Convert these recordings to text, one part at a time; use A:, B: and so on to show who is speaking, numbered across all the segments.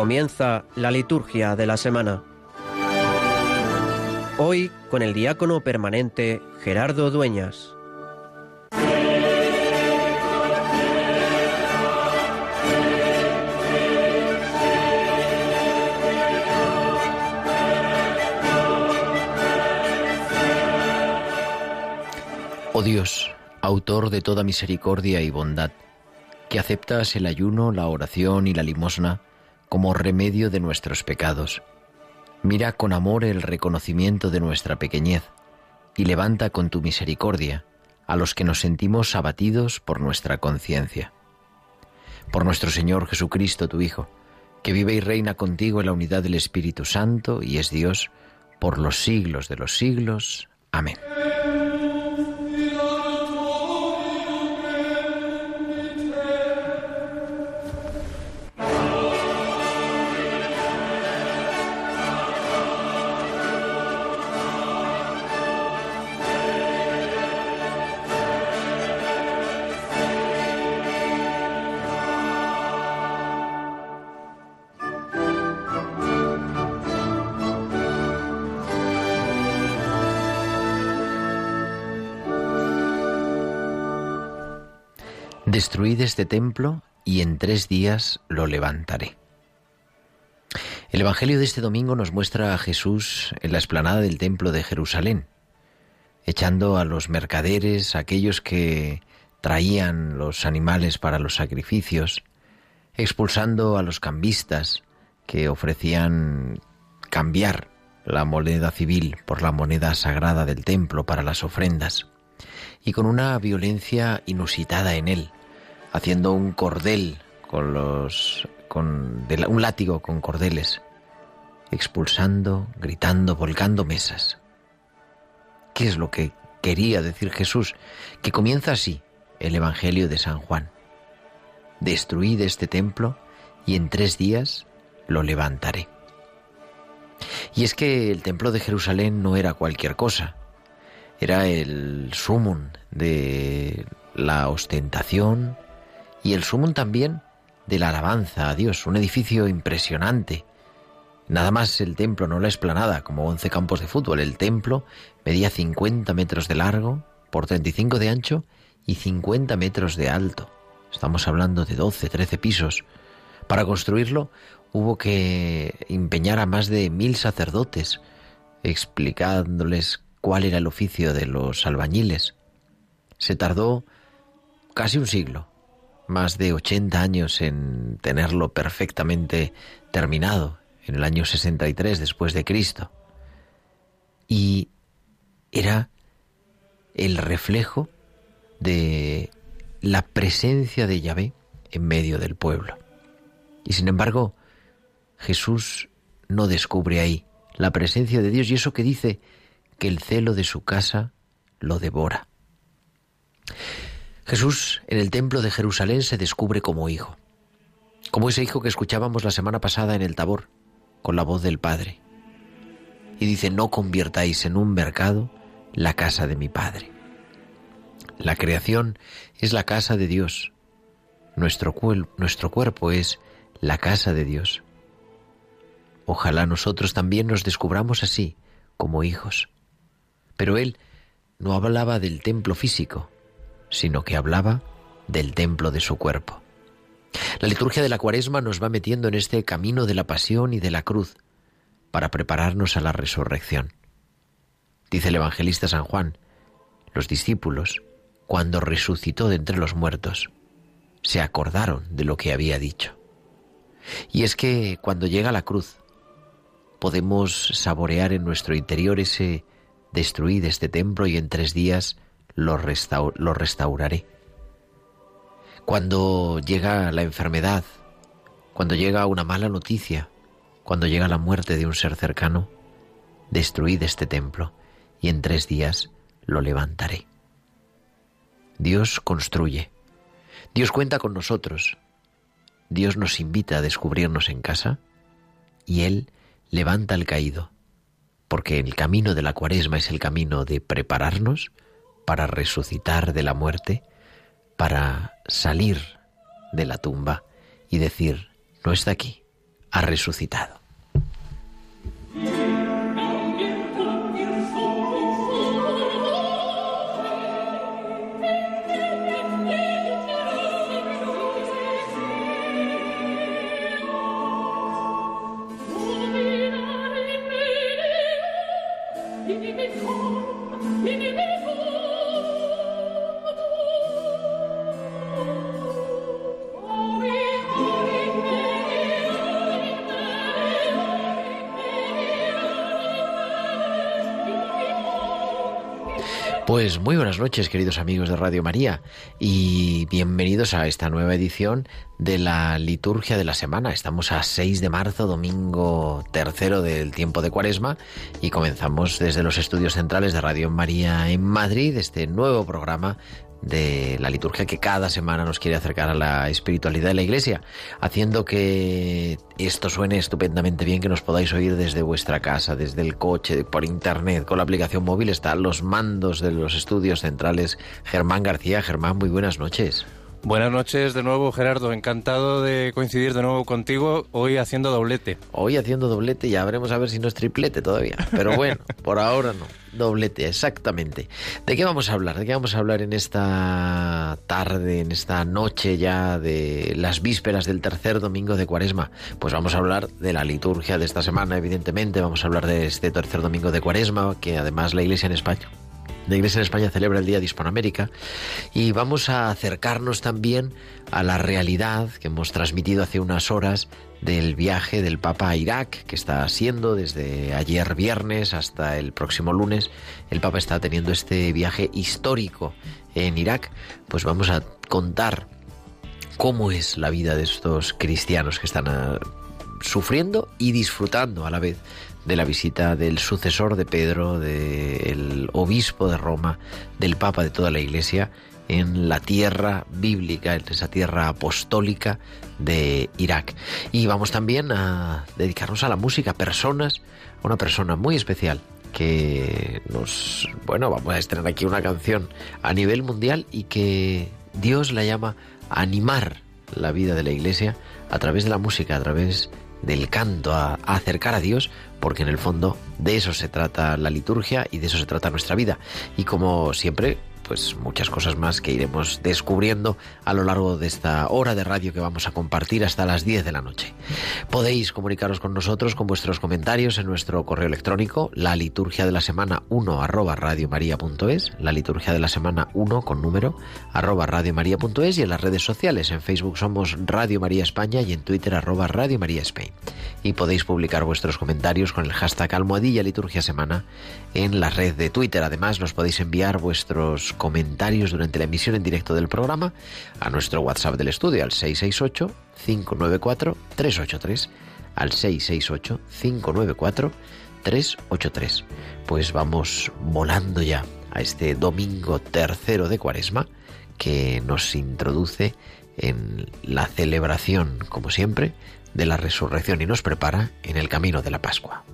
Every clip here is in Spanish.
A: Comienza la liturgia de la semana. Hoy con el diácono permanente Gerardo Dueñas.
B: Oh Dios, autor de toda misericordia y bondad, que aceptas el ayuno, la oración y la limosna como remedio de nuestros pecados, mira con amor el reconocimiento de nuestra pequeñez y levanta con tu misericordia a los que nos sentimos abatidos por nuestra conciencia. Por nuestro Señor Jesucristo, tu Hijo, que vive y reina contigo en la unidad del Espíritu Santo y es Dios por los siglos de los siglos. Amén. Destruid este templo y en 3 días lo levantaré. El Evangelio de este domingo nos muestra a Jesús en la explanada del templo de Jerusalén, echando a los mercaderes, a aquellos que traían los animales para los sacrificios, expulsando a los cambistas que ofrecían cambiar la moneda civil por la moneda sagrada del templo para las ofrendas, y con una violencia inusitada en él, haciendo un cordel un látigo con cordeles, expulsando, gritando, volcando mesas. ¿Qué es lo que quería decir Jesús? Que comienza así el Evangelio de San Juan. Destruid este templo y en 3 días lo levantaré. Y es que el templo de Jerusalén no era cualquier cosa. Era el sumum de la ostentación y el sumum también de la alabanza a Dios, un edificio impresionante. Nada más el templo, no la explanada, como 11 campos de fútbol. El templo medía 50 metros de largo, por 35 de ancho y 50 metros de alto. Estamos hablando de 12, 13 pisos. Para construirlo hubo que empeñar a más de 1000 sacerdotes, explicándoles cuál era el oficio de los albañiles. Se tardó casi un siglo, más de 80 años en tenerlo perfectamente terminado, en el año 63 después de Cristo. Y era el reflejo de la presencia de Yahvé en medio del pueblo. Y sin embargo, Jesús no descubre ahí la presencia de Dios, y eso que dice que el celo de su casa lo devora. Jesús en el templo de Jerusalén se descubre como hijo, como ese hijo que escuchábamos la semana pasada en el Tabor, con la voz del Padre. Y dice: no conviertáis en un mercado la casa de mi Padre. La creación es la casa de Dios. Nuestro cuerpo es la casa de Dios. Ojalá nosotros también nos descubramos así, como hijos. Pero él no hablaba del templo físico, sino que hablaba del templo de su cuerpo. La liturgia de la Cuaresma nos va metiendo en este camino de la pasión y de la cruz para prepararnos a la resurrección. Dice el evangelista San Juan: los discípulos, cuando resucitó de entre los muertos, se acordaron de lo que había dicho. Y es que cuando llega la cruz, podemos saborear en nuestro interior ese: destruid este templo y en 3 días lo restauraré. Cuando llega la enfermedad, cuando llega una mala noticia, cuando llega la muerte de un ser cercano, destruid este templo y en 3 días lo levantaré. Dios construye, Dios cuenta con nosotros, Dios nos invita a descubrirnos en casa y Él levanta al caído, porque el camino de la Cuaresma es el camino de prepararnos para resucitar de la muerte, para salir de la tumba y decir: no está aquí, ha resucitado. Pues muy buenas noches, queridos amigos de Radio María, y bienvenidos a esta nueva edición de la Liturgia de la Semana. Estamos a 6 de marzo, domingo tercero del tiempo de Cuaresma, y comenzamos desde los estudios centrales de Radio María en Madrid este nuevo programa de la liturgia que cada semana nos quiere acercar a la espiritualidad de la Iglesia, haciendo que esto suene estupendamente bien, que nos podáis oír desde vuestra casa, desde el coche, por internet, con la aplicación móvil. Está a los mandos de los estudios centrales Germán García. Germán, muy buenas noches.
C: Buenas noches de nuevo, Gerardo. Encantado de coincidir de nuevo contigo, hoy haciendo doblete.
B: Hoy haciendo doblete, ya veremos a ver si no es triplete todavía. Pero bueno, por ahora no. Doblete, exactamente. ¿De qué vamos a hablar? ¿De qué vamos a hablar en esta tarde, en esta noche ya de las vísperas del tercer domingo de Cuaresma? Pues vamos a hablar de la liturgia de esta semana, evidentemente. Vamos a hablar de este tercer domingo de Cuaresma, que además la Iglesia en España celebra el Día de Hispanoamérica, y vamos a acercarnos también a la realidad que hemos transmitido hace unas horas del viaje del Papa a Irak, que está siendo desde ayer viernes hasta el próximo lunes. El Papa está teniendo este viaje histórico en Irak. Pues vamos a contar cómo es la vida de estos cristianos que están sufriendo y disfrutando a la vez de la visita del sucesor de Pedro, del obispo de Roma, del Papa de toda la Iglesia, en la tierra bíblica, en esa tierra apostólica de Irak. Y vamos también a dedicarnos a la música, a una persona muy especial que vamos a estrenar aquí una canción a nivel mundial y que Dios la llama a animar la vida de la Iglesia a través de la música, a través del canto, a acercar a Dios, porque en el fondo de eso se trata la liturgia y de eso se trata nuestra vida. Y como siempre, pues muchas cosas más que iremos descubriendo a lo largo de esta hora de radio que vamos a compartir hasta las 10 de la noche. Podéis comunicaros con nosotros con vuestros comentarios en nuestro correo electrónico, la liturgia de la semana 1@radiomaria.es, la liturgia de la semana 1 con número @radiomaria.es, y en las redes sociales. En Facebook somos Radio María España y en Twitter @Radio María Spain. Y podéis publicar vuestros comentarios con el hashtag #liturgia semana en la red de Twitter. Además, nos podéis enviar vuestros comentarios durante la emisión en directo del programa a nuestro WhatsApp del estudio, al 668-594-383, al 668-594-383. Pues vamos volando ya a este domingo tercero de Cuaresma, que nos introduce en la celebración, como siempre, de la resurrección y nos prepara en el camino de la Pascua.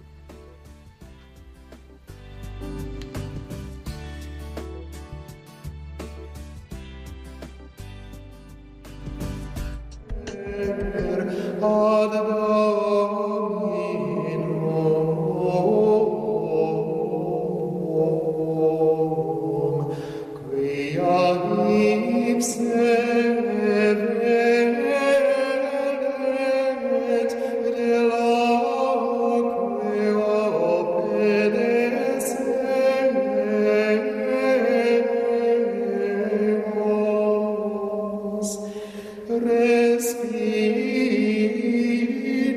D: Respiri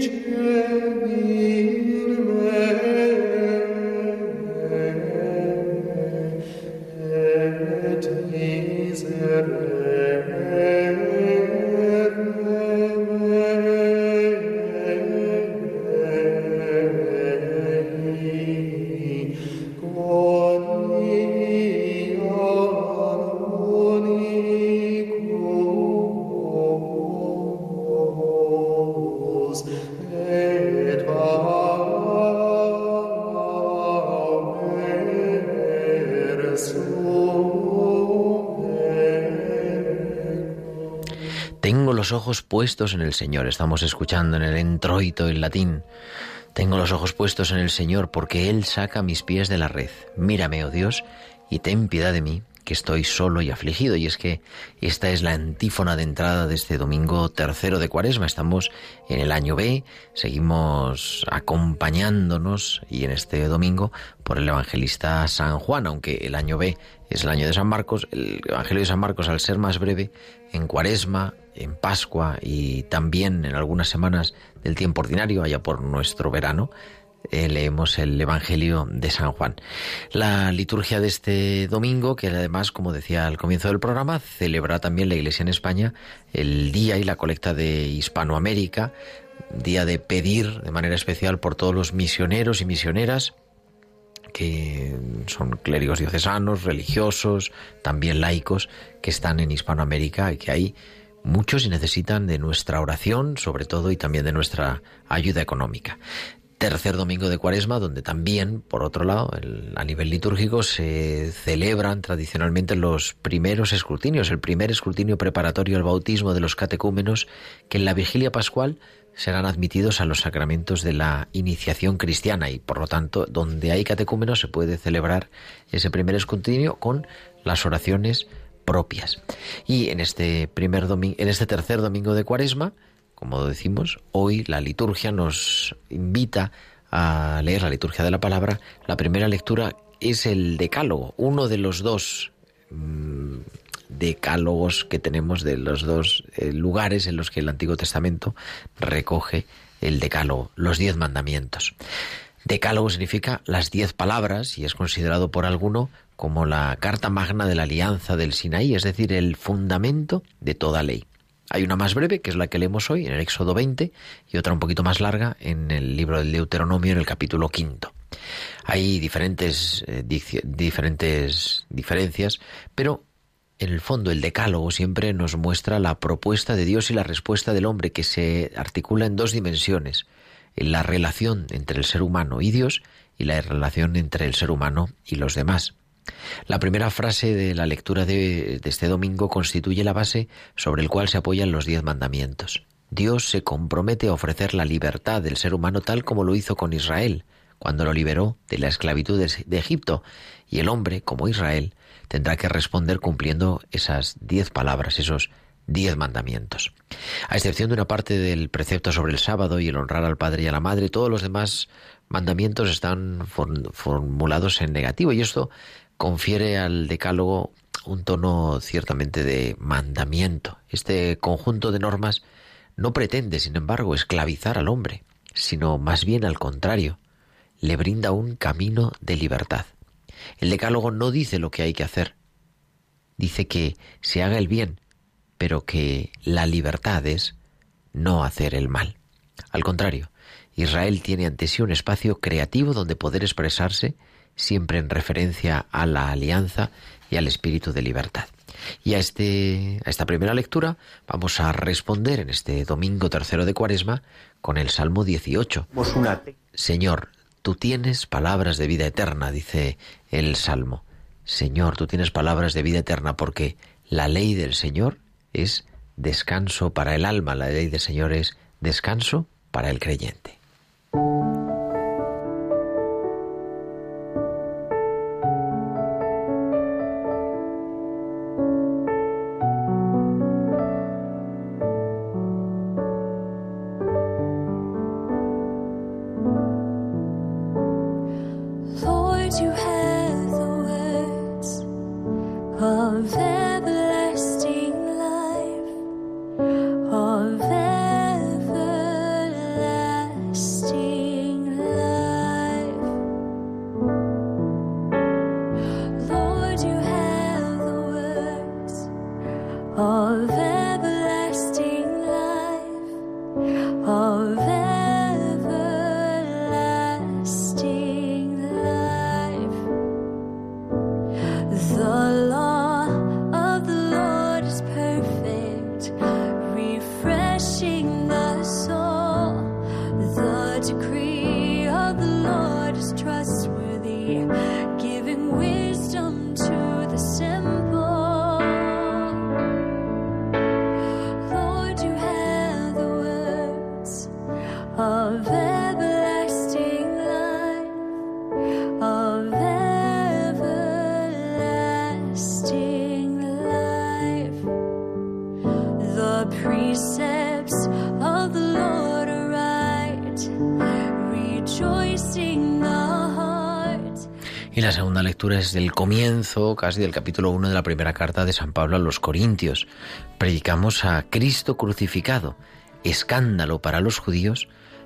B: Tengo los ojos puestos en el Señor. Estamos escuchando en el introito en latín. Tengo los ojos puestos en el Señor porque Él saca mis pies de la red. Mírame, oh Dios, y ten piedad de mí, que estoy solo y afligido. Y es que esta es la antífona de entrada de este domingo tercero de Cuaresma. Estamos en el año B, seguimos acompañándonos y en este domingo por el evangelista San Juan, aunque el año B es el año de San Marcos. El Evangelio de San Marcos, al ser más breve, en Cuaresma, en Pascua y también en algunas semanas del tiempo ordinario, allá por nuestro verano, leemos el Evangelio de San Juan. La liturgia de este domingo, que además, como decía al comienzo del programa, celebra también la Iglesia en España el día y la colecta de Hispanoamérica, día de pedir de manera especial por todos los misioneros y misioneras que son clérigos diocesanos, religiosos, también laicos, que están en Hispanoamérica y que hay muchos y necesitan de nuestra oración, sobre todo, y también de nuestra ayuda económica. Tercer domingo de Cuaresma, donde también, por otro lado, a nivel litúrgico, se celebran tradicionalmente los primeros escrutinios, el primer escrutinio preparatorio al bautismo de los catecúmenos, que en la vigilia pascual serán admitidos a los sacramentos de la iniciación cristiana y, por lo tanto, donde hay catecúmenos se puede celebrar ese primer escrutinio con las oraciones propias. Y en este tercer domingo de Cuaresma, como decimos, hoy la liturgia nos invita a leer la liturgia de la palabra. La primera lectura es el Decálogo, uno de los dos decálogos que tenemos, de los dos lugares en los que el Antiguo Testamento recoge el Decálogo, los 10 mandamientos. Decálogo significa las 10 palabras y es considerado por alguno como la carta magna de la alianza del Sinaí, es decir, el fundamento de toda ley. Hay una más breve, que es la que leemos hoy, en el Éxodo 20, y otra un poquito más larga en el libro del Deuteronomio, en el capítulo 5. Hay diferentes diferencias, pero en el fondo el Decálogo siempre nos muestra la propuesta de Dios y la respuesta del hombre, que se articula en 2 dimensiones: en la relación entre el ser humano y Dios y la relación entre el ser humano y los demás. La primera frase de la lectura de este domingo constituye la base sobre el cual se apoyan los 10 mandamientos. Dios se compromete a ofrecer la libertad del ser humano tal como lo hizo con Israel, cuando lo liberó de la esclavitud de Egipto, y el hombre, como Israel, tendrá que responder cumpliendo esas 10 palabras, esos 10 mandamientos. A excepción de una parte del precepto sobre el sábado y el honrar al padre y a la madre, todos los demás mandamientos están formulados en negativo, y esto confiere al Decálogo un tono ciertamente de mandamiento. Este conjunto de normas no pretende, sin embargo, esclavizar al hombre, sino más bien al contrario, le brinda un camino de libertad. El Decálogo no dice lo que hay que hacer, dice que se haga el bien, pero que la libertad es no hacer el mal. Al contrario, Israel tiene ante sí un espacio creativo donde poder expresarse, siempre en referencia a la alianza y al espíritu de libertad. Y a esta primera lectura vamos a responder en este domingo tercero de Cuaresma con el Salmo 18. Señor, tú tienes palabras de vida eterna, dice el Salmo. Señor, tú tienes palabras de vida eterna, porque la ley del Señor es descanso para el alma, la ley del Señor es descanso para el creyente.
D: Lord,
B: lectura es del comienzo, casi del capítulo 1 de la primera carta de San Pablo a los Corintios. Predicamos a Cristo crucificado, escándalo para los judíos,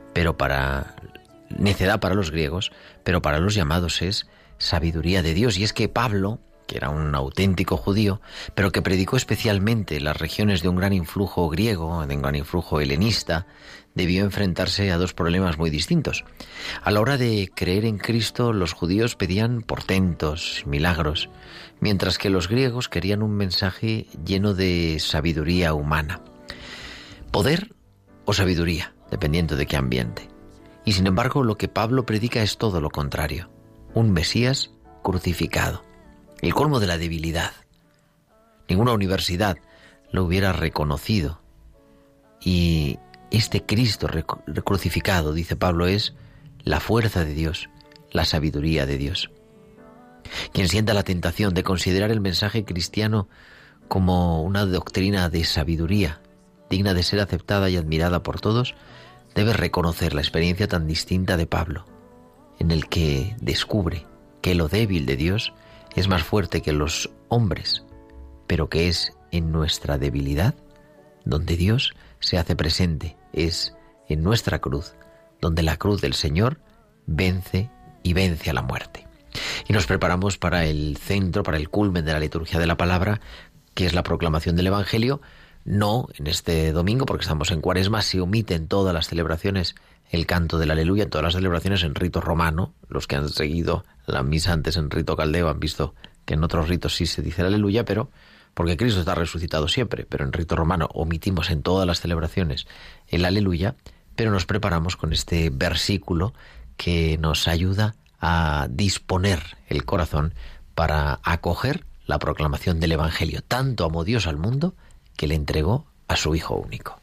B: necedad para los griegos, pero para los llamados es sabiduría de Dios. Y es que Pablo, que era un auténtico judío, pero que predicó especialmente en las regiones de un gran influjo griego, de un gran influjo helenista, debió enfrentarse a dos problemas muy distintos. A la hora de creer en Cristo, los judíos pedían portentos, milagros, mientras que los griegos querían un mensaje lleno de sabiduría humana. Poder o sabiduría, dependiendo de qué ambiente. Y sin embargo, lo que Pablo predica es todo lo contrario. Un Mesías crucificado. El colmo de la debilidad. Ninguna universidad lo hubiera reconocido. Y este Cristo crucificado, dice Pablo, es la fuerza de Dios, la sabiduría de Dios. Quien sienta la tentación de considerar el mensaje cristiano como una doctrina de sabiduría, digna de ser aceptada y admirada por todos, debe reconocer la experiencia tan distinta de Pablo, en el que descubre que lo débil de Dios es más fuerte que los hombres, pero que es en nuestra debilidad donde Dios se hace presente, es en nuestra cruz, donde la cruz del Señor vence y vence a la muerte. Y nos preparamos para el centro, para el culmen de la liturgia de la palabra, que es la proclamación del Evangelio. No en este domingo, porque estamos en Cuaresma, se omite en todas las celebraciones el canto del Aleluya, en todas las celebraciones en rito romano. Los que han seguido la misa antes en rito caldeo han visto que en otros ritos sí se dice el Aleluya, pero porque Cristo está resucitado siempre, pero en rito romano omitimos en todas las celebraciones el Aleluya, pero nos preparamos con este versículo que nos ayuda a disponer el corazón para acoger la proclamación del Evangelio. Tanto amó Dios al mundo que le entregó a su Hijo único.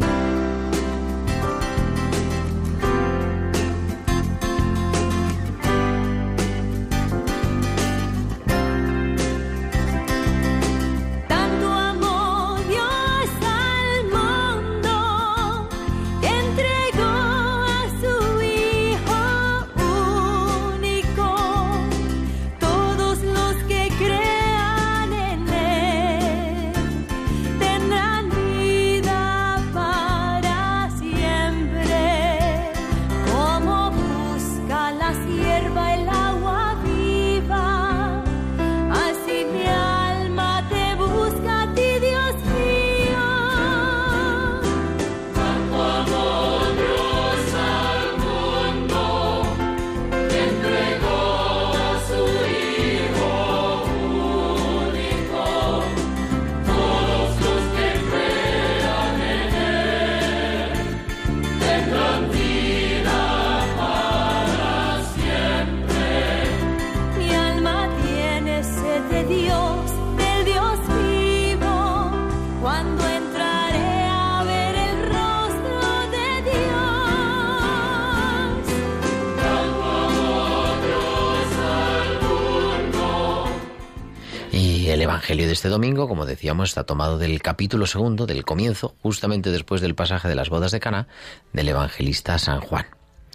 B: El Evangelio de este domingo, como decíamos, está tomado del capítulo 2, del comienzo, justamente después del pasaje de las bodas de Caná, del evangelista San Juan.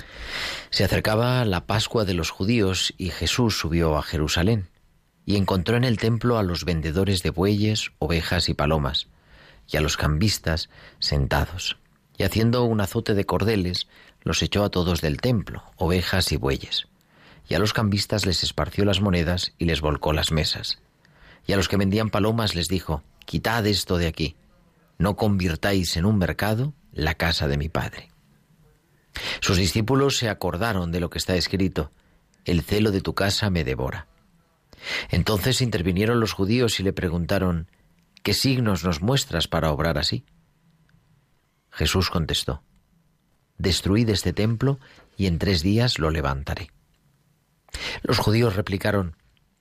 B: Se acercaba la Pascua de los judíos y Jesús subió a Jerusalén y encontró en el templo a los vendedores de bueyes, ovejas y palomas, y a los cambistas sentados, y haciendo un azote de cordeles, los echó a todos del templo, ovejas y bueyes, y a los cambistas les esparció las monedas y les volcó las mesas. Y a los que vendían palomas les dijo: quitad esto de aquí, no convirtáis en un mercado la casa de mi Padre. Sus discípulos se acordaron de lo que está escrito: el celo de tu casa me devora. Entonces intervinieron los judíos y le preguntaron: ¿qué signos nos muestras para obrar así? Jesús contestó: destruid este templo y en 3 días lo levantaré. Los judíos replicaron: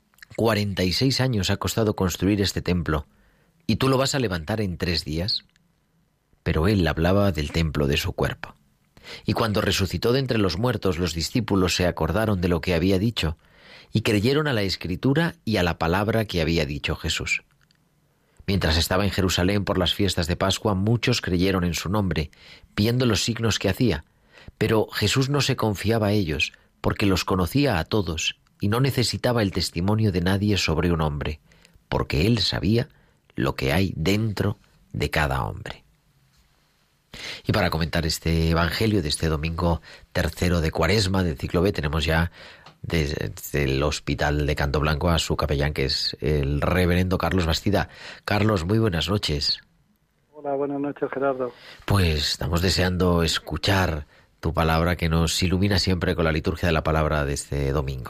B: 46 años ha costado construir este templo, ¿y tú lo vas a levantar en 3 días? Pero él hablaba del templo de su cuerpo. Y cuando resucitó de entre los muertos, los discípulos se acordaron de lo que había dicho, y creyeron a la Escritura y a la palabra que había dicho Jesús. Mientras estaba en Jerusalén por las fiestas de Pascua, muchos creyeron en su nombre, viendo los signos que hacía, pero Jesús no se confiaba a ellos, porque los conocía a todos y no necesitaba el testimonio de nadie sobre un hombre, porque él sabía lo que hay dentro de cada hombre. Y para comentar este Evangelio de este domingo tercero de Cuaresma del ciclo B, tenemos ya desde el Hospital de Canto Blanco a su capellán, que es el reverendo Carlos Bastida. Carlos, muy buenas noches.
D: Hola, buenas noches, Gerardo.
B: Pues estamos deseando escuchar tu palabra, que nos ilumina siempre con la liturgia de la palabra de este domingo.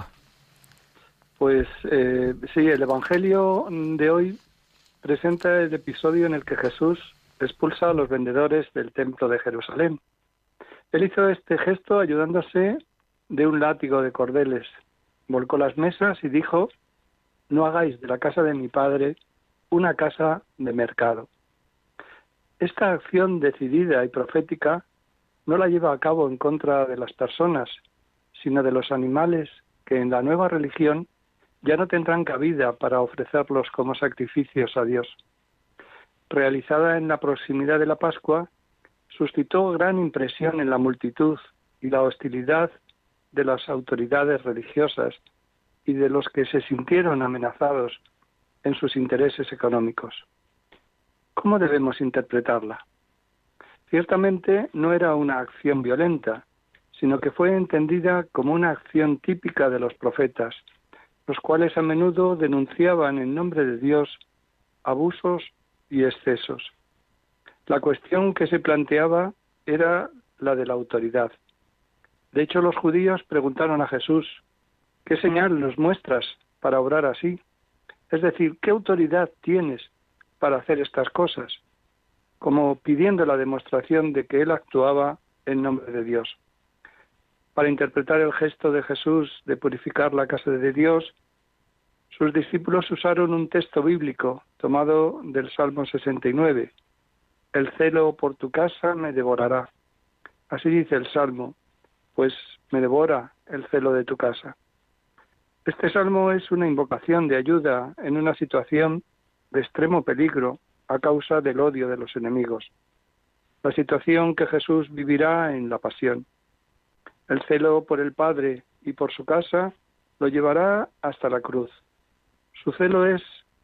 D: Pues sí, el Evangelio de hoy presenta el episodio en el que Jesús expulsa a los vendedores del templo de Jerusalén. Él hizo este gesto ayudándose de un látigo de cordeles, volcó las mesas y dijo: no hagáis de la casa de mi padre una casa de mercado. Esta acción decidida y profética no la lleva a cabo en contra de las personas, sino de los animales que en la nueva religión ya no tendrán cabida para ofrecerlos como sacrificios a Dios. Realizada en la proximidad de la Pascua, suscitó gran impresión en la multitud y la hostilidad de las autoridades religiosas y de los que se sintieron amenazados en sus intereses económicos. ¿Cómo debemos interpretarla? Ciertamente no era una acción violenta, sino que fue entendida como una acción típica de los profetas, los cuales a menudo denunciaban en nombre de Dios abusos y excesos. La cuestión que se planteaba era la de la autoridad. De hecho, los judíos preguntaron a Jesús: ¿qué señal nos muestras para obrar así? Es decir, ¿qué autoridad tienes para hacer estas cosas? Como pidiendo la demostración de que él actuaba en nombre de Dios. Para interpretar el gesto de Jesús de purificar la casa de Dios, sus discípulos usaron un texto bíblico tomado del Salmo 69. El celo por tu casa me devorará. Así dice el Salmo, pues me devora el celo de tu casa. Este salmo es una invocación de ayuda en una situación de extremo peligro a causa del odio de los enemigos. La situación que Jesús vivirá en la pasión. El celo por el Padre y por su casa lo llevará hasta la cruz. Su celo es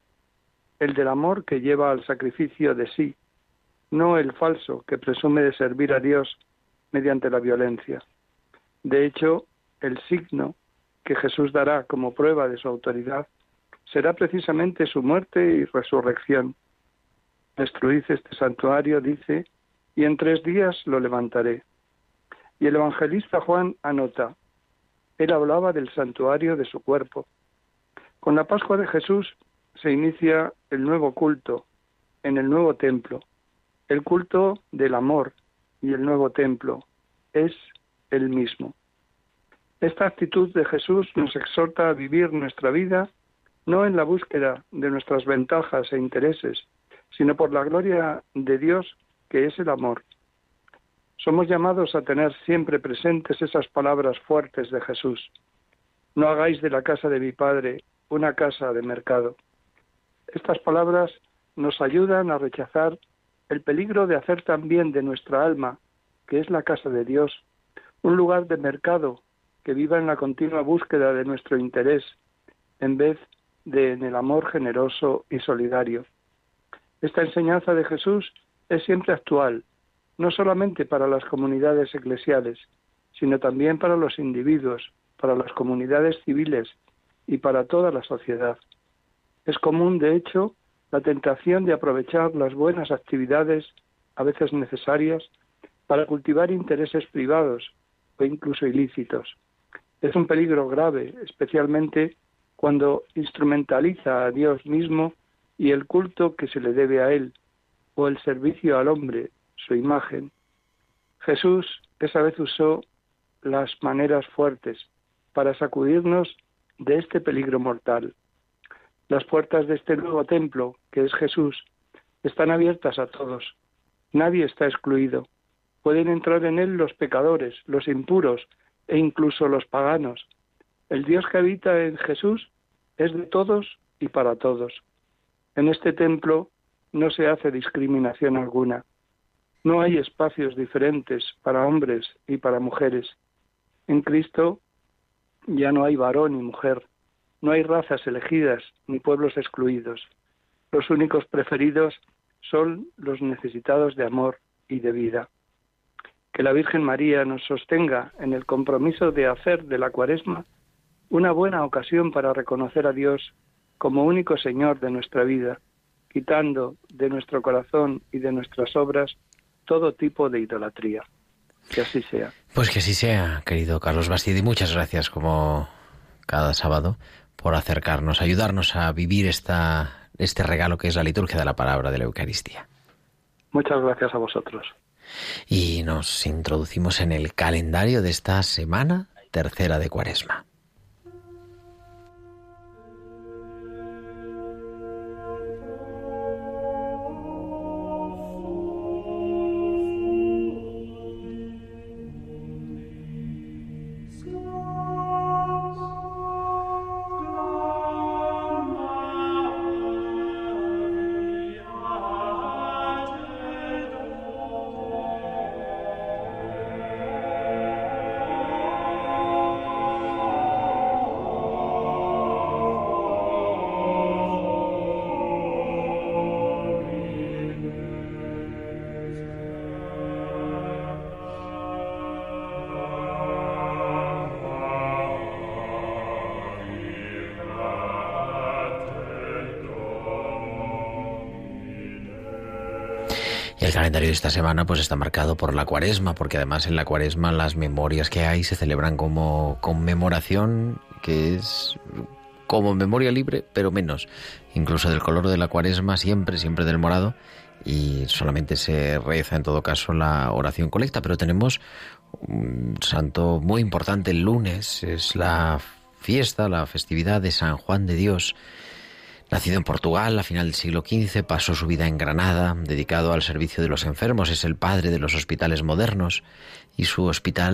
D: el del amor que lleva al sacrificio de sí, no el falso que presume de servir a Dios mediante la violencia. De hecho, el signo que Jesús dará como prueba de su autoridad será precisamente su muerte y resurrección. Destruid este santuario, dice, y en 3 días lo levantaré. Y el evangelista Juan anota: él hablaba del santuario de su cuerpo. Con la Pascua de Jesús se inicia el nuevo culto en el nuevo templo. El culto del amor y el nuevo templo es el mismo. Esta actitud de Jesús nos exhorta a vivir nuestra vida no en la búsqueda de nuestras ventajas e intereses, sino por la gloria de Dios, que es el amor. Somos llamados a tener siempre presentes esas palabras fuertes de Jesús: no hagáis de la casa de mi Padre una casa de mercado. Estas palabras nos ayudan a rechazar el peligro de hacer también de nuestra alma, que es la casa de Dios, un lugar de mercado que viva en la continua búsqueda de nuestro interés, en vez de en el amor generoso y solidario. Esta enseñanza de Jesús es siempre actual, no solamente para las comunidades eclesiales, sino también para los individuos, para las comunidades civiles y para toda la sociedad. Es común, de hecho, la tentación de aprovechar las buenas actividades, a veces necesarias, para cultivar intereses privados o incluso ilícitos. Es un peligro grave, especialmente cuando instrumentaliza a Dios mismo y el culto que se le debe a Él, o el servicio al hombre, su imagen. Jesús esa vez usó las maneras fuertes para sacudirnos de este peligro mortal. Las puertas de este nuevo templo, que es Jesús, están abiertas a todos. Nadie está excluido. Pueden entrar en él los pecadores, los impuros e incluso los paganos. El Dios que habita en Jesús es de todos y para todos. En este templo no se hace discriminación alguna. No hay espacios diferentes para hombres y para mujeres. En Cristo ya no hay varón ni mujer, no hay razas elegidas ni pueblos excluidos. Los únicos preferidos son los necesitados de amor y de vida. Que la Virgen María nos sostenga en el compromiso de hacer de la Cuaresma una buena ocasión para reconocer a Dios como único Señor de nuestra vida, quitando de nuestro corazón y de nuestras obras todo tipo de idolatría. Que así sea.
B: Pues que así sea, querido Carlos Bastida, y muchas gracias, como cada sábado, por acercarnos, ayudarnos a vivir este regalo que es la liturgia de la palabra de la Eucaristía.
D: Muchas gracias a vosotros.
B: Y nos introducimos en el calendario de esta semana tercera de Cuaresma. El calendario de esta semana pues está marcado por la Cuaresma, porque además en la Cuaresma las memorias que hay se celebran como conmemoración, que es como memoria libre, pero menos. Incluso del color de la Cuaresma, siempre del morado, y solamente se reza en todo caso la oración colecta. Pero tenemos un santo muy importante el lunes, es la fiesta, la festividad de San Juan de Dios. Nacido en Portugal a final del siglo XV, pasó su vida en Granada, dedicado al servicio de los enfermos. Es el padre de los hospitales modernos, y su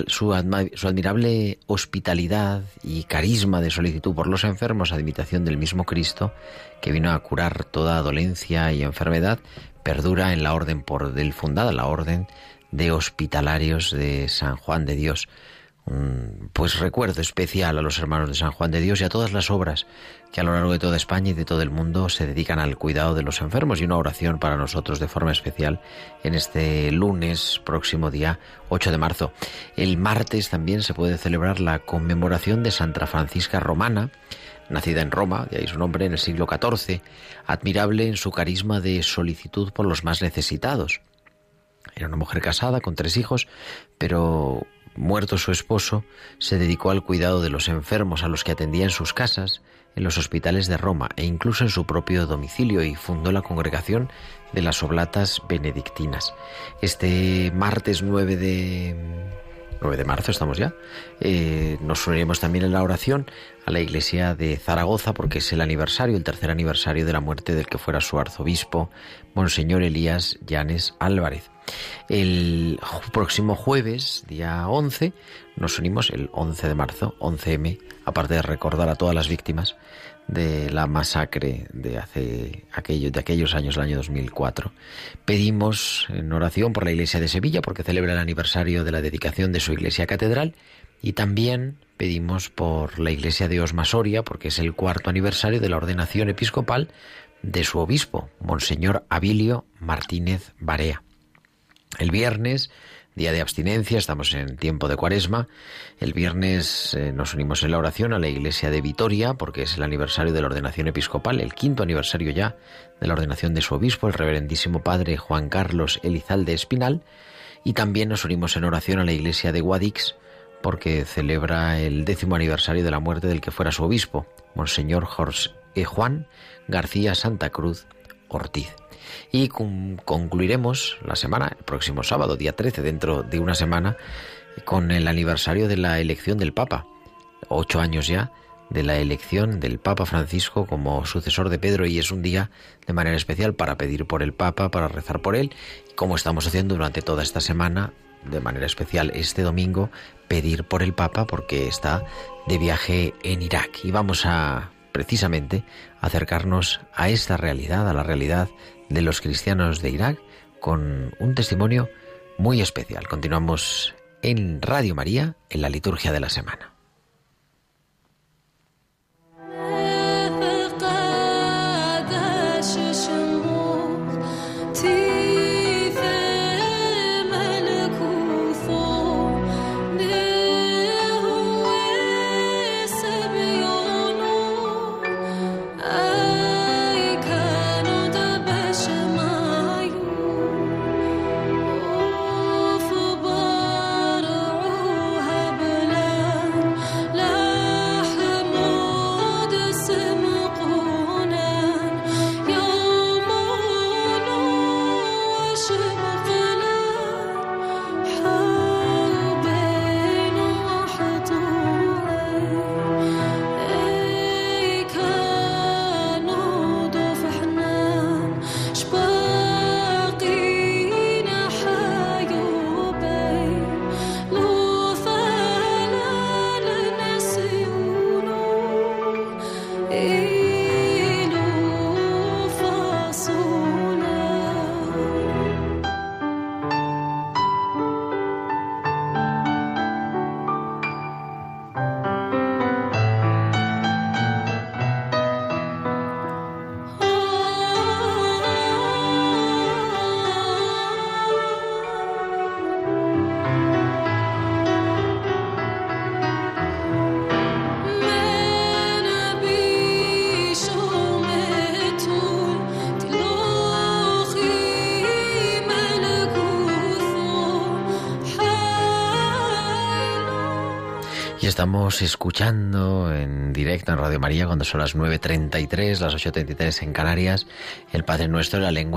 B: admirable hospitalidad y carisma de solicitud por los enfermos, a imitación del mismo Cristo, que vino a curar toda dolencia y enfermedad, perdura en la orden por él fundada, la Orden de Hospitalarios de San Juan de Dios. Pues recuerdo especial a los hermanos de San Juan de Dios y a todas las obras que a lo largo de toda España y de todo el mundo se dedican al cuidado de los enfermos, y una oración para nosotros de forma especial en este lunes próximo día 8 de marzo. El martes también se puede celebrar la conmemoración de Santa Francisca Romana, nacida en Roma, de ahí su nombre, en el siglo XIV, admirable en su carisma de solicitud por los más necesitados. Era una mujer casada con 3 hijos, pero muerto su esposo, se dedicó al cuidado de los enfermos, a los que atendía en sus casas, en los hospitales de Roma e incluso en su propio domicilio, y fundó la congregación de las Oblatas Benedictinas. Este martes 9 de marzo estamos ya, nos uniremos también en la oración a la iglesia de Zaragoza, porque es el tercer aniversario de la muerte del que fuera su arzobispo, Monseñor Elías Llanes Álvarez. El próximo jueves, día 11, nos unimos el 11 de marzo, 11M, aparte de recordar a todas las víctimas de la masacre de aquellos años, el año 2004. Pedimos en oración por la iglesia de Sevilla, porque celebra el aniversario de la dedicación de su iglesia catedral, y también pedimos por la iglesia de Osma Soria, porque es el 4º aniversario de la ordenación episcopal de su obispo, Monseñor Abilio Martínez Barea. El viernes, día de abstinencia, estamos en tiempo de Cuaresma. El viernes nos unimos en la oración a la iglesia de Vitoria, porque es el aniversario de la ordenación episcopal, el 5º aniversario ya de la ordenación de su obispo, el reverendísimo padre Juan Carlos Elizalde Espinal. Y también nos unimos en oración a la iglesia de Guadix, porque celebra el 10º aniversario de la muerte del que fuera su obispo, Monseñor Juan García Santa Cruz Ortiz. Y concluiremos la semana, el próximo sábado, día 13, dentro de una semana, con el aniversario de la elección del Papa. 8 años ya de la elección del Papa Francisco como sucesor de Pedro, y es un día de manera especial para pedir por el Papa, para rezar por él, como estamos haciendo durante toda esta semana, de manera especial este domingo, pedir por el Papa porque está de viaje en Irak. Y vamos a, precisamente, acercarnos a esta realidad, a la realidad de los cristianos de Irak, con un testimonio muy especial. Continuamos en Radio María, en la liturgia de la semana. Estamos escuchando en directo en Radio María cuando son las 9:33, las 8:33 en Canarias, el Padre Nuestro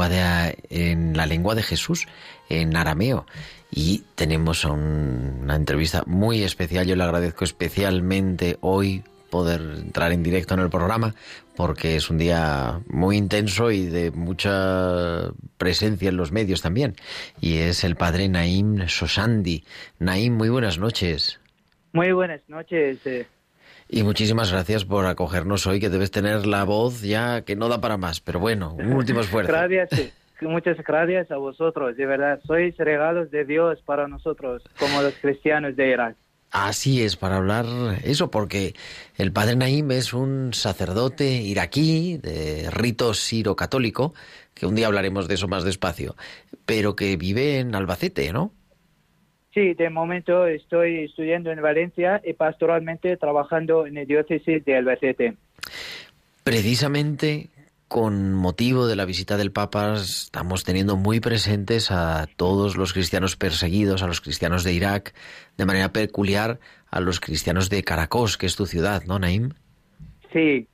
B: en la lengua de Jesús, en arameo. Y tenemos una entrevista muy especial. Yo le agradezco especialmente hoy poder entrar en directo en el programa, porque es un día muy intenso y de mucha presencia en los medios también. Y es el Padre Naim Sosandi. Naim, muy buenas noches.
E: Muy buenas noches.
B: Y muchísimas gracias por acogernos hoy, que debes tener la voz ya que no da para más, pero bueno, un último esfuerzo.
E: Gracias, muchas gracias a vosotros, de verdad, sois regalos de Dios para nosotros, como los cristianos de Irak.
B: Así es, para hablar eso, porque el Padre Naim es un sacerdote iraquí de rito siro-católico, que un día hablaremos de eso más despacio, pero que vive en Albacete, ¿no?
E: Sí, de momento estoy estudiando en Valencia y pastoralmente trabajando en la diócesis de Albacete.
B: Precisamente con motivo de la visita del Papa estamos teniendo muy presentes a todos los cristianos perseguidos, a los cristianos de Irak, de manera peculiar a los cristianos de Caracos, que es tu ciudad, ¿no, Naim?
E: Sí,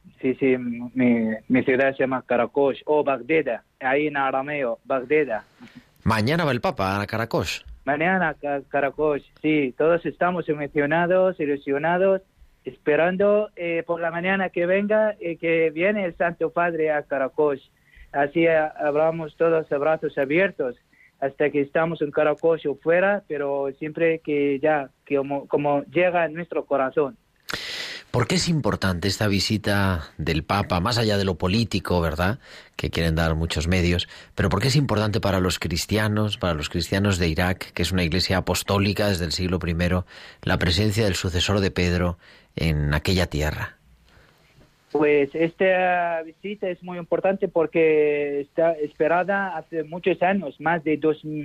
E: mi ciudad se llama Caracos o Bagdad, ahí en arameo, Bagdad.
B: Mañana va el Papa a Caracos.
E: Mañana Caracos, sí, todos estamos emocionados, ilusionados, esperando por la mañana que venga que viene el Santo Padre a Caracos. Así hablamos todos a brazos abiertos hasta que estamos en Caracos o fuera, pero siempre que como llega a nuestro corazón.
B: ¿Por qué es importante esta visita del Papa, más allá de lo político, verdad, que quieren dar muchos medios, pero por qué es importante para los cristianos de Irak, que es una iglesia apostólica desde el siglo I, la presencia del sucesor de Pedro en aquella tierra?
E: Pues esta visita es muy importante porque está esperada hace muchos años, más de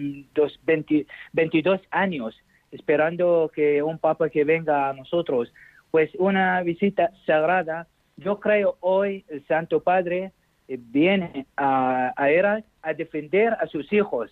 E: 22 años, esperando que un Papa que venga a nosotros. Pues una visita sagrada. Yo creo hoy el Santo Padre viene a Irak a defender a sus hijos,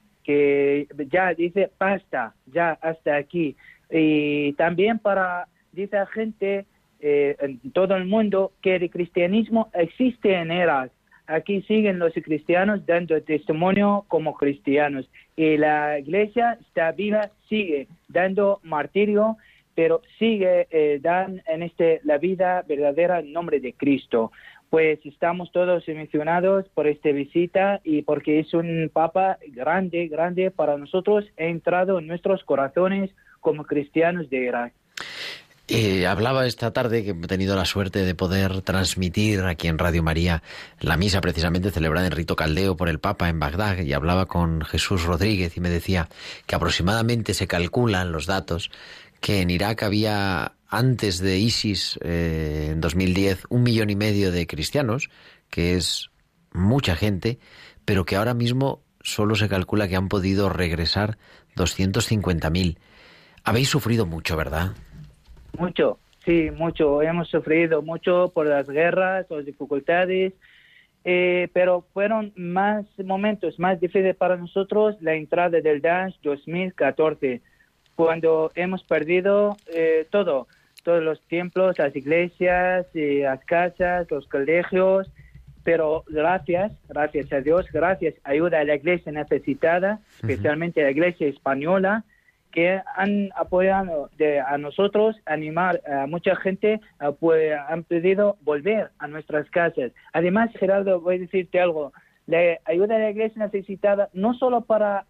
E: que ya dice basta, ya hasta aquí. Y también dice a gente en todo el mundo que el cristianismo existe en Irak. Aquí siguen los cristianos dando testimonio como cristianos. Y la iglesia está viva, sigue dando martirio, pero sigue dan en la vida verdadera en nombre de Cristo. Pues estamos todos emocionados por esta visita y porque es un Papa grande, grande para nosotros, ha entrado en nuestros corazones como cristianos de Irak.
B: Hablaba esta tarde que he tenido la suerte de poder transmitir aquí en Radio María la misa precisamente celebrada en rito caldeo por el Papa en Bagdad, y hablaba con Jesús Rodríguez y me decía que aproximadamente se calculan los datos que en Irak había, antes de ISIS, en 2010, 1,5 millones de cristianos, que es mucha gente, pero que ahora mismo solo se calcula que han podido regresar 250.000. Habéis sufrido mucho, ¿verdad?
E: Mucho, sí, mucho. Hemos sufrido mucho por las guerras, las dificultades, pero fueron más momentos más difíciles para nosotros la entrada del Daesh 2014. Cuando hemos perdido todos los templos, las iglesias, las casas, los colegios, pero gracias a Dios, gracias ayuda a la iglesia necesitada, especialmente a la iglesia española, que han apoyado a nosotros, animar a mucha gente, han pedido volver a nuestras casas. Además, Gerardo, voy a decirte algo, la ayuda a la iglesia necesitada no solo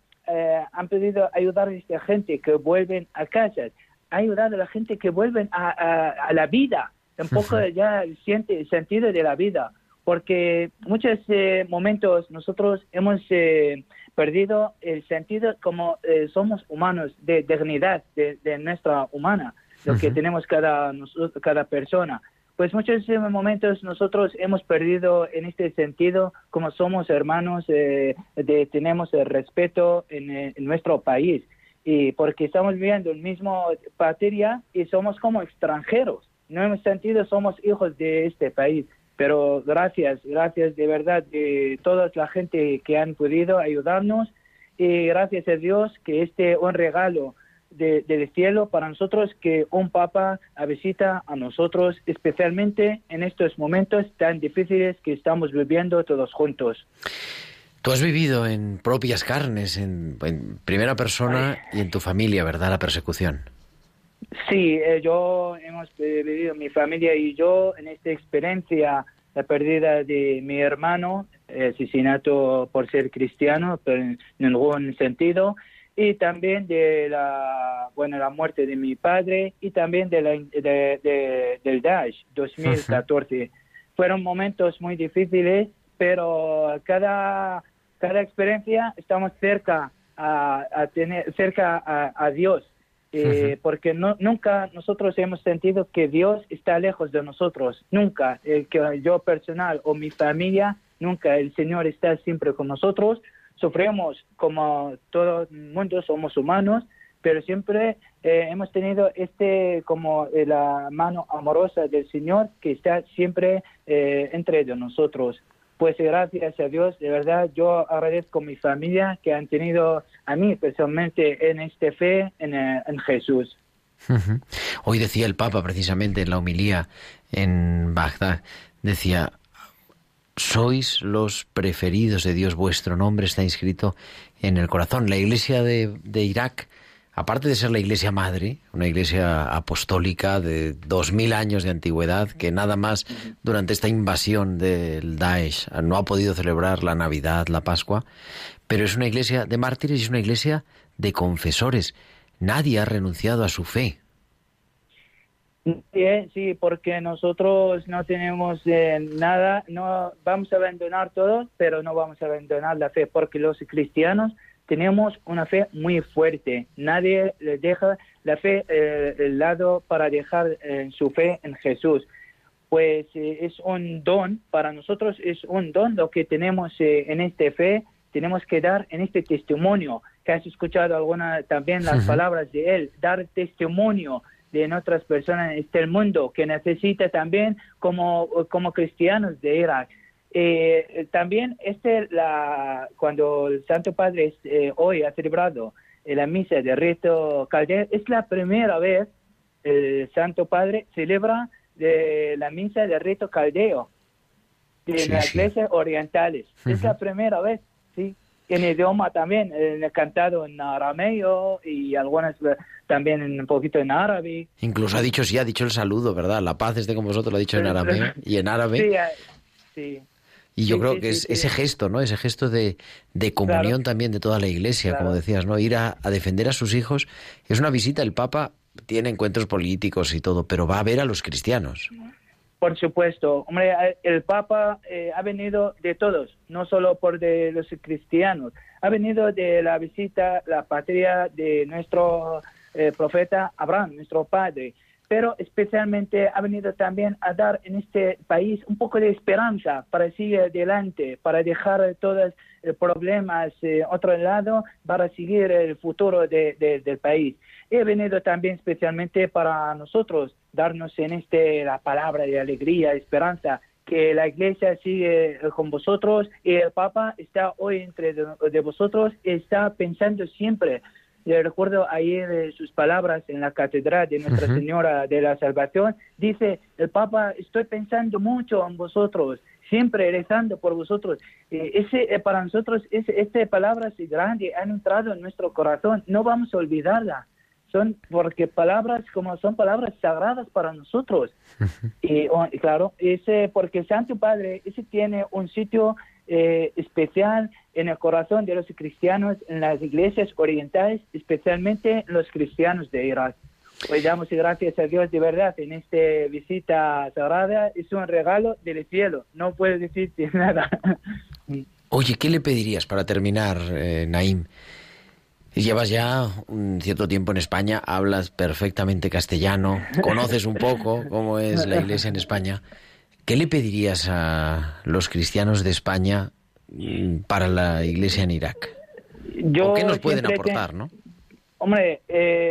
E: han pedido ayudar a esta gente que vuelven a casa, ha ayudado a la gente que vuelven a la vida, un poco ya siente el sentido de la vida, porque muchos momentos nosotros hemos perdido el sentido como somos humanos, de dignidad de nuestra humana, lo que tenemos cada persona. Pues muchos momentos nosotros hemos perdido en este sentido, como somos hermanos, tenemos el respeto en nuestro país, y porque estamos viviendo el mismo patria y somos como extranjeros. No hemos sentido, somos hijos de este país. Pero gracias de verdad de toda la gente que han podido ayudarnos, y gracias a Dios que un regalo del cielo para nosotros que un papa visita a nosotros, especialmente en estos momentos tan difíciles que estamos viviendo todos juntos.
B: Tú has vivido en propias carnes, en primera persona y en tu familia, ¿verdad?, la persecución.
E: Sí, yo hemos vivido, mi familia y yo, en esta experiencia, la pérdida de mi hermano, asesinato por ser cristiano, pero en ningún sentido, y también de la muerte de mi padre y también del Daesh 2014. Fueron momentos muy difíciles, pero cada experiencia estamos cerca a Dios. Porque nunca nosotros hemos sentido que Dios está lejos de nosotros, nunca, que yo personal o mi familia, nunca, el Señor está siempre con nosotros. Sufrimos como todo el mundo, somos humanos, pero siempre hemos tenido como la mano amorosa del Señor que está siempre entre nosotros. Pues gracias a Dios, de verdad, yo agradezco a mi familia que han tenido a mí personalmente en esta fe en Jesús.
B: Hoy decía el Papa precisamente en la homilía en Bagdad, decía: sois los preferidos de Dios, vuestro nombre está inscrito en el corazón. La Iglesia de Irak, aparte de ser la Iglesia madre, una Iglesia apostólica de 2000 años de antigüedad, que nada más durante esta invasión del Daesh no ha podido celebrar la Navidad, la Pascua, pero es una Iglesia de mártires y es una Iglesia de confesores. Nadie ha renunciado a su fe.
E: Sí, porque nosotros no tenemos nada, no vamos a abandonar todo, pero no vamos a abandonar la fe, porque los cristianos tenemos una fe muy fuerte. Nadie le deja la fe el lado para dejar su fe en Jesús. Pues es un don, para nosotros es un don lo que tenemos en esta fe, tenemos que dar en este testimonio, que has escuchado también las palabras de él, dar testimonio de otras personas en este mundo que necesita también como cristianos de Irak. También cuando el Santo Padre hoy ha celebrado la misa de rito caldeo, es la primera vez el Santo Padre celebra la misa de rito caldeo en las iglesias orientales. Es la primera vez, sí. En idioma también, cantado en arameo y algunas también un poquito en árabe.
B: Incluso ha dicho el saludo, ¿verdad? La paz esté con vosotros, lo ha dicho en arameo y en árabe.
E: Sí.
B: Y yo creo que es ese gesto, ¿no? Ese gesto de comunión también de toda la Iglesia, como decías, ¿no? Ir a defender a sus hijos. Es una visita, el Papa tiene encuentros políticos y todo, pero va a ver a los cristianos.
E: Por supuesto. Hombre, el Papa ha venido de todos, no solo de los cristianos. Ha venido de la visita, la patria de nuestro profeta Abraham, nuestro padre. Pero especialmente ha venido también a dar en este país un poco de esperanza para seguir adelante, para dejar todos los problemas a otro lado, para seguir el futuro del país. He venido también especialmente para nosotros, darnos en la palabra de alegría, esperanza, que la Iglesia sigue con vosotros y el Papa está hoy entre de vosotros, está pensando siempre. Le recuerdo ayer sus palabras en la catedral de Nuestra Señora de la Salvación. Dice, el Papa, estoy pensando mucho en vosotros, siempre rezando por vosotros. Para nosotros, estas palabras grandes han entrado en nuestro corazón. No vamos a olvidarlas. Porque son palabras sagradas para nosotros. Y claro, porque el Santo Padre tiene un sitio especial en el corazón de los cristianos, en las iglesias orientales, especialmente los cristianos de Irak. Pues damos gracias a Dios de verdad en esta visita sagrada. Es un regalo del cielo, no puedo decirte nada.
B: Oye, ¿qué le pedirías para terminar, Naim? Llevas ya un cierto tiempo en España, hablas perfectamente castellano, conoces un poco cómo es la Iglesia en España. ¿Qué le pedirías a los cristianos de España para la Iglesia en Irak? ¿O qué nos pueden aportar, no?
E: Hombre,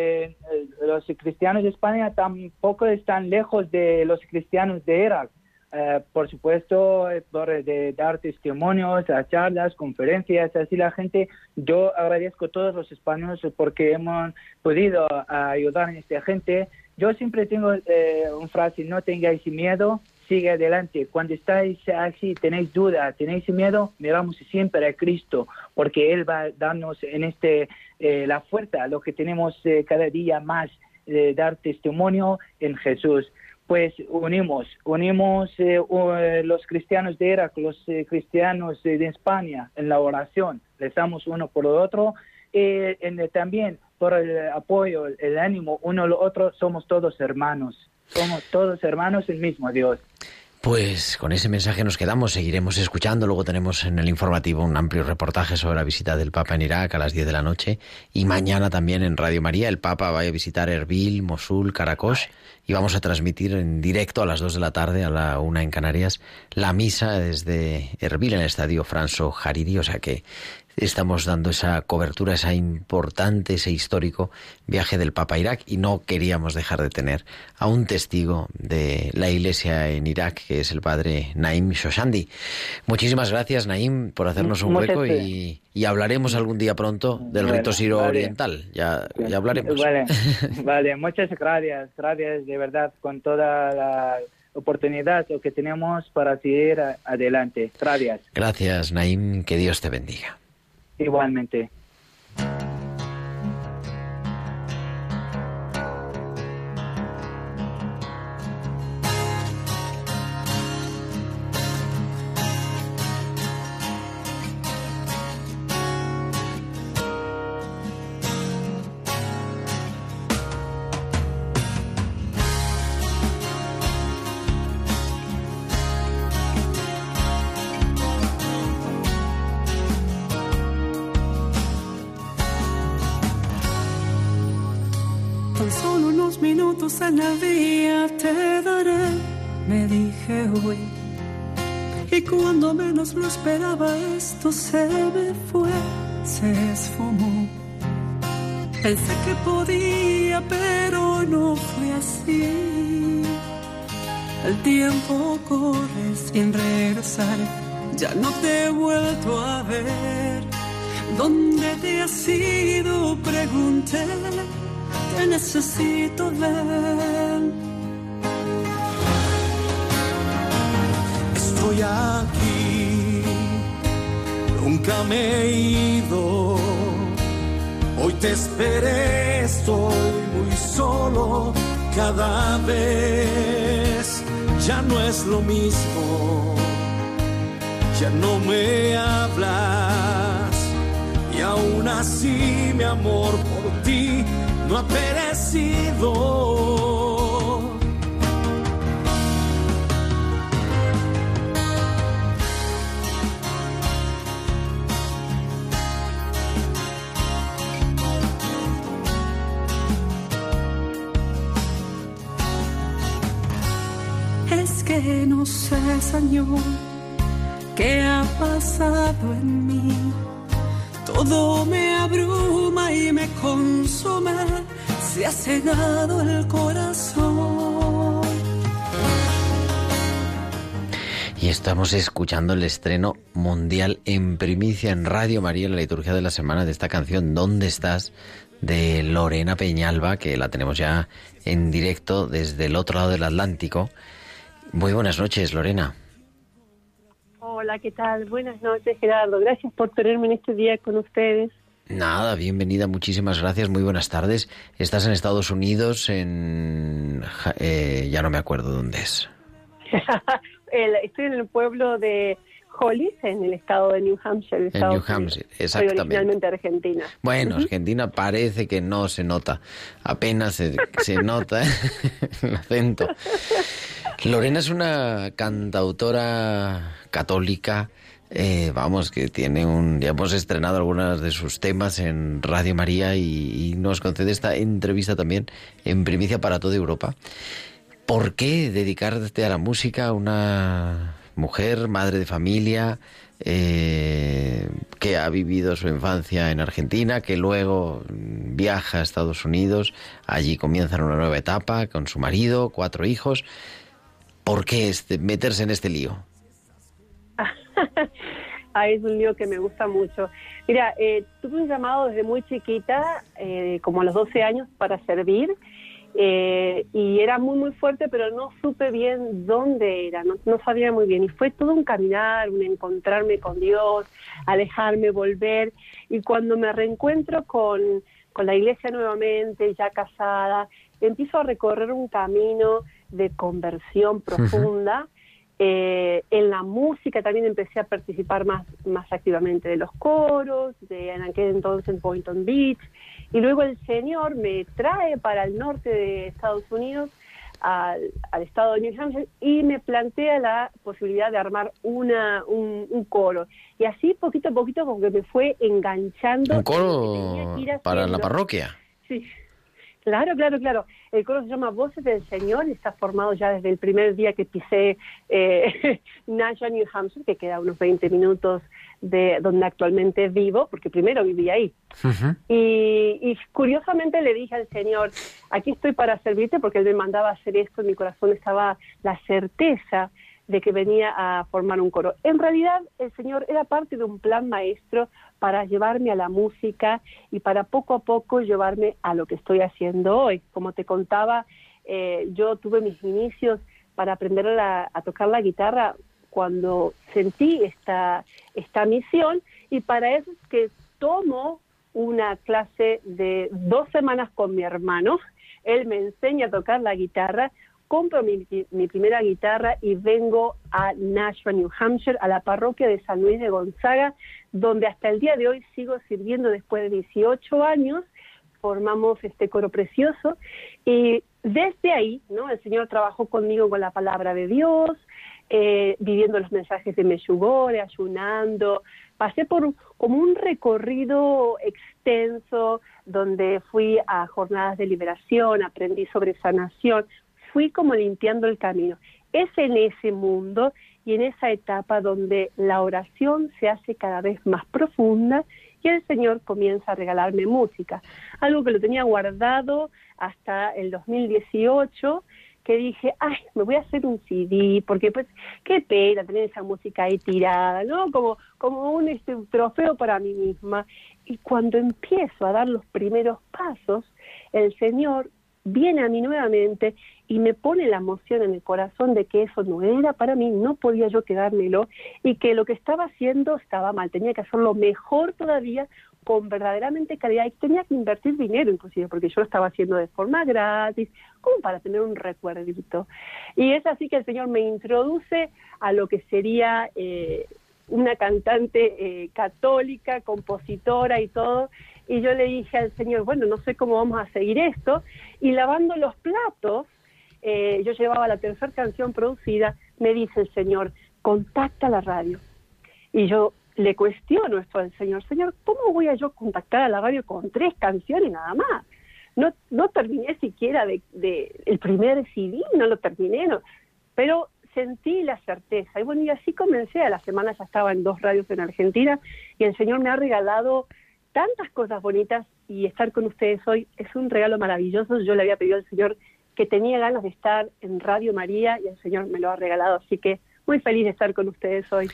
E: los cristianos de España tampoco están lejos de los cristianos de Irak. por supuesto, de dar testimonios, a charlas, conferencias, así la gente. Yo agradezco a todos los españoles porque hemos podido ayudar a esta gente. Yo siempre tengo una frase: no tengáis miedo, sigue adelante. Cuando estáis así, tenéis duda, tenéis miedo, miramos siempre a Cristo, porque Él va a darnos la fuerza, lo que tenemos cada día más, dar testimonio en Jesús. Pues unimos los cristianos de Irak, los cristianos de España en la oración, rezamos uno por el otro, también por el apoyo, el ánimo uno al otro, somos todos hermanos el mismo Dios.
B: Pues con ese mensaje nos quedamos, seguiremos escuchando. Luego tenemos en el informativo un amplio reportaje sobre la visita del Papa en Irak a las 10 de la noche. Y mañana también en Radio María el Papa va a visitar Erbil, Mosul, Caracas. Y vamos a transmitir en directo a las 2 de la tarde, a la 1 en Canarias, la misa desde Erbil en el estadio François Hariri. O sea que estamos dando esa cobertura, ese histórico viaje del Papa a Irak, y no queríamos dejar de tener a un testigo de la Iglesia en Irak, que es el padre Naim Shoshandi. Muchísimas gracias, Naim, por hacernos un hueco, y hablaremos algún día pronto del rito siro oriental. Ya hablaremos.
E: Vale, muchas gracias de verdad, con toda la oportunidad que tenemos para seguir adelante. Gracias.
B: Gracias, Naim, que Dios te bendiga.
E: Igualmente.
F: En la vía te daré, me dije hoy, y cuando menos lo esperaba esto se me fue, se esfumó. Pensé que podía, pero no fue así. El tiempo corre sin regresar, ya no te he vuelto a ver. ¿Dónde te has ido? Pregunté. Te necesito ver.
G: Estoy aquí, nunca me he ido. Hoy te esperé, estoy muy solo cada vez. Ya no es lo mismo, ya no me hablas. Y aún así mi amor por ti no ha perecido.
F: Es que no sé, Señor, qué ha pasado en mí. Todo me abruma y me consume, se ha cegado el corazón.
B: Y estamos escuchando el estreno mundial en primicia en Radio María, en la liturgia de la semana, de esta canción ¿Dónde estás?, de Lorena Peñalba, que la tenemos ya en directo desde el otro lado del Atlántico. Muy buenas noches, Lorena.
H: Hola, ¿qué tal? Buenas noches, Gerardo. Gracias por tenerme en este día con ustedes.
B: Nada, bienvenida, muchísimas gracias, muy buenas tardes. Estás en Estados Unidos, ya no me acuerdo dónde es.
H: Estoy en el pueblo de Hollis, en el estado de New Hampshire.
B: En New Hampshire, exactamente.
H: Soy originalmente argentina.
B: Bueno, Argentina parece que no se nota, apenas se nota el acento. Lorena es una cantautora católica, que tiene ya hemos estrenado algunos de sus temas en Radio María y nos concede esta entrevista también en primicia para toda Europa. ¿Por qué dedicarte a la música? Una mujer, madre de familia, que ha vivido su infancia en Argentina, que luego viaja a Estados Unidos, allí comienzan una nueva etapa con su marido, 4 hijos. ¿Por qué meterse en este lío?
H: Es un lío que me gusta mucho. Mira, tuve un llamado desde muy chiquita, como a los 12 años, para servir, y era muy, muy fuerte, pero no supe bien dónde era, no sabía muy bien. Y fue todo un caminar, un encontrarme con Dios, alejarme, volver. Y cuando me reencuentro con la iglesia nuevamente, ya casada, empiezo a recorrer un camino de conversión profunda. En la música también empecé a participar más activamente de los coros, en aquel entonces en Boynton Beach, y luego el Señor me trae para el norte de Estados Unidos, al estado de New Hampshire, y me plantea la posibilidad de armar un coro. Y así poquito a poquito como que me fue enganchando.
B: ¿Un coro para la parroquia?
H: Sí. Claro. El coro se llama Voces del Señor y está formado ya desde el primer día que pisé Nashua, New Hampshire, que queda a unos 20 minutos de donde actualmente vivo, porque primero viví ahí. Uh-huh. Y curiosamente le dije al Señor, aquí estoy para servirte, porque Él me mandaba a hacer esto, en mi corazón estaba la certeza de que venía a formar un coro. En realidad, el Señor era parte de un plan maestro para llevarme a la música y para poco a poco llevarme a lo que estoy haciendo hoy. Como te contaba, yo tuve mis inicios para aprender a tocar la guitarra cuando sentí esta misión, y para eso es que tomo una clase de 2 semanas con mi hermano. Él me enseña a tocar la guitarra, compro mi primera guitarra y vengo a Nashua, New Hampshire, a la parroquia de San Luis de Gonzaga, donde hasta el día de hoy sigo sirviendo después de 18 años. Formamos este coro precioso y desde ahí, ¿no? El Señor trabajó conmigo con la palabra de Dios, viviendo los mensajes de Meshugore, ayunando. Pasé por como un recorrido extenso donde fui a jornadas de liberación, aprendí sobre sanación, fui como limpiando el camino. Es en ese mundo y en esa etapa donde la oración se hace cada vez más profunda y el Señor comienza a regalarme música. Algo que lo tenía guardado hasta el 2018, que dije, me voy a hacer un CD, porque pues qué pena tener esa música ahí tirada, ¿no? Como un trofeo para mí misma. Y cuando empiezo a dar los primeros pasos, el Señor viene a mí nuevamente y me pone la emoción en el corazón de que eso no era para mí, no podía yo quedármelo, y que lo que estaba haciendo estaba mal, tenía que hacerlo mejor todavía, con verdaderamente calidad, y tenía que invertir dinero inclusive, porque yo lo estaba haciendo de forma gratis, como para tener un recuerdito. Y es así que el Señor me introduce a lo que sería una cantante católica, compositora y todo, y yo le dije al Señor, bueno, no sé cómo vamos a seguir esto, y lavando los platos, yo llevaba la 3ª canción producida, me dice el Señor, contacta la radio. Y yo le cuestiono esto al Señor, ¿cómo voy a yo contactar a la radio con 3 canciones nada más? No terminé siquiera de el primer CD, no lo terminé, pero sentí la certeza, y bueno, y así comencé. A la semana ya estaba en 2 radios en Argentina, y el Señor me ha regalado tantas cosas bonitas, y estar con ustedes hoy es un regalo maravilloso. Yo le había pedido al Señor que tenía ganas de estar en Radio María, y el Señor me lo ha regalado, así que muy feliz de estar con ustedes hoy.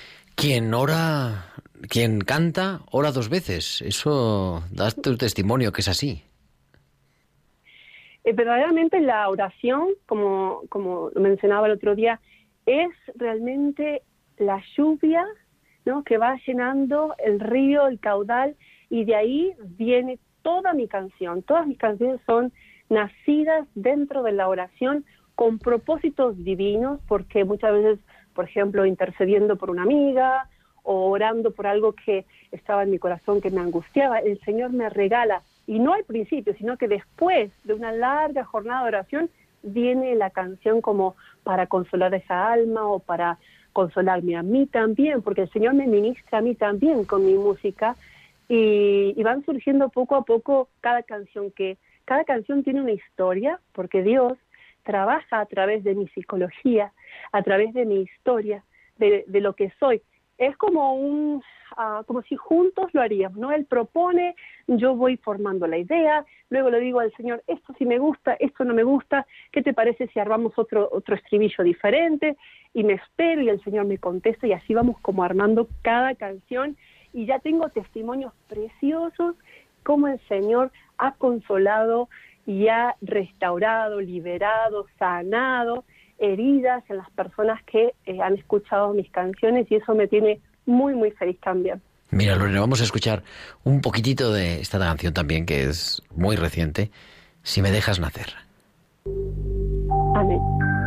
B: Quien canta, ora 2 veces. Eso da tu testimonio que es así.
H: Verdaderamente la oración, como lo mencionaba el otro día, es realmente la lluvia, ¿no?, que va llenando el río, el caudal, y de ahí viene toda mi canción. Todas mis canciones son nacidas dentro de la oración con propósitos divinos, porque muchas veces, por ejemplo, intercediendo por una amiga o orando por algo que estaba en mi corazón que me angustiaba, el Señor me regala, y no al principio, sino que después de una larga jornada de oración viene la canción como para consolar a esa alma o para consolarme a mí también, porque el Señor me ministra a mí también con mi música, y van surgiendo poco a poco cada canción tiene una historia, porque Dios trabaja a través de mi psicología, a través de mi historia, de lo que soy. Es como como si juntos lo haríamos, ¿no? Él propone, yo voy formando la idea, luego le digo al Señor, esto sí me gusta, esto no me gusta, ¿qué te parece si armamos otro estribillo diferente? Y me espero y el Señor me contesta y así vamos como armando cada canción y ya tengo testimonios preciosos cómo el Señor ha consolado y ha restaurado, liberado, sanado heridas en las personas que han escuchado mis canciones y eso me tiene muy, muy feliz también.
B: Mira, Lorena, vamos a escuchar un poquitito de esta canción también, que es muy reciente, Si me dejas nacer.
H: Amén.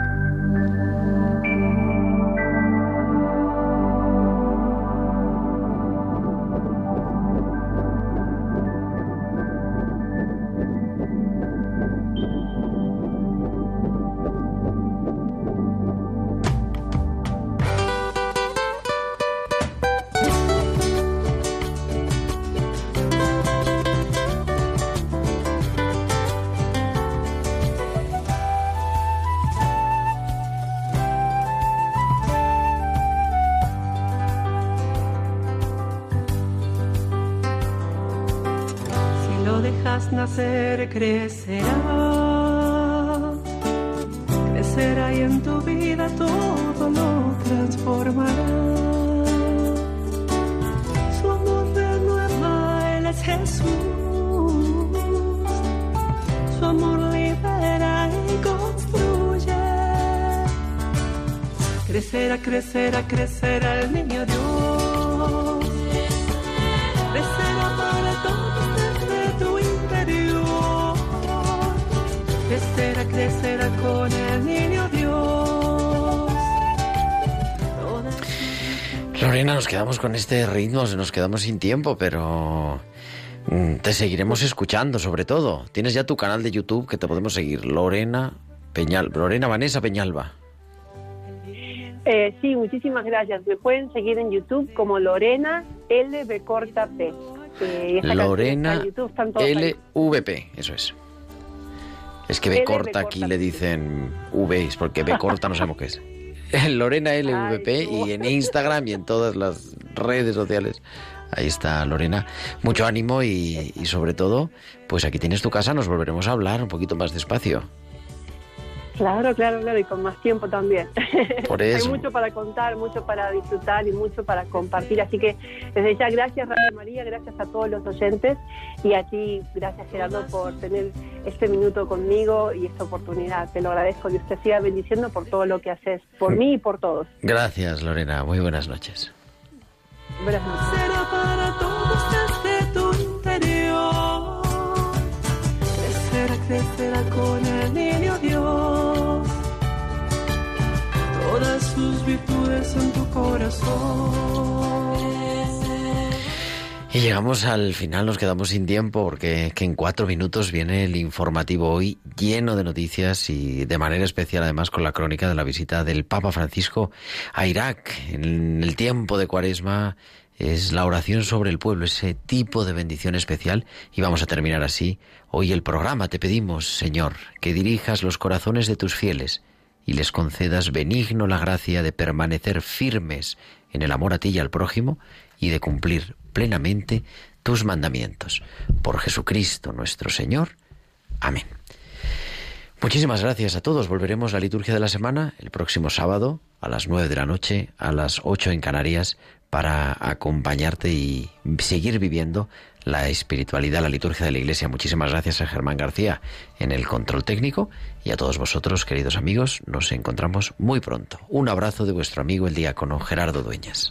F: Nacer crecerá y en tu vida todo lo transformará. Su amor renueva, Él es Jesús. Su amor libera y construye. Crecerá, crecerá, crecerá el niño Dios. Crecerá para todos desde tu interior. Crecerá, crecerá con el niño Dios.
B: Lorena, nos quedamos con este ritmo, nos quedamos sin tiempo, pero te seguiremos escuchando, sobre todo. Tienes ya tu canal de YouTube que te podemos seguir, Lorena Vanessa Peñalba.
H: Sí, muchísimas gracias. Me pueden seguir en YouTube como Lorena LV corta P.
B: Lorena LVP, eso es. Es que B corta aquí le dicen V, es porque B corta no sabemos qué es. Lorena LVP. Ay, no. Y en Instagram y en todas las redes sociales. Ahí está Lorena. Mucho ánimo y sobre todo, pues aquí tienes tu casa, nos volveremos a hablar un poquito más despacio.
H: Claro, y con más tiempo también.
B: Por eso.
H: Hay mucho para contar, mucho para disfrutar y mucho para compartir. Así que desde ya, gracias Radio María, gracias a todos los oyentes y a ti, gracias Gerardo por tener este minuto conmigo y esta oportunidad. Te lo agradezco y usted siga bendiciendo por todo lo que haces, por mí y por todos.
B: Gracias, Lorena. Muy buenas noches.
H: Buenas noches.
F: Será para todos desde tu interior. Crecerá con el niño Dios. Todas sus virtudes en tu corazón.
B: Y llegamos al final, nos quedamos sin tiempo porque en 4 minutos viene el informativo hoy lleno de noticias y de manera especial además con la crónica de la visita del Papa Francisco a Irak. En el tiempo de Cuaresma es la oración sobre el pueblo, ese tipo de bendición especial. Y vamos a terminar así hoy el programa. Te pedimos, Señor, que dirijas los corazones de tus fieles y les concedas benigno la gracia de permanecer firmes en el amor a ti y al prójimo y de cumplir plenamente tus mandamientos. Por Jesucristo nuestro Señor. Amén. Muchísimas gracias a todos. Volveremos a la liturgia de la semana el próximo sábado a las 9 de la noche, a las 8 en Canarias, para acompañarte y seguir viviendo la espiritualidad, la liturgia de la Iglesia. Muchísimas gracias a Germán García en el control técnico y a todos vosotros, queridos amigos. Nos encontramos muy pronto. Un abrazo de vuestro amigo el diácono Gerardo Dueñas.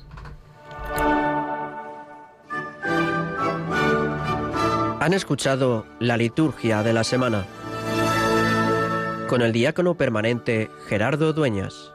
A: Han escuchado la liturgia de la semana con el diácono permanente Gerardo Dueñas.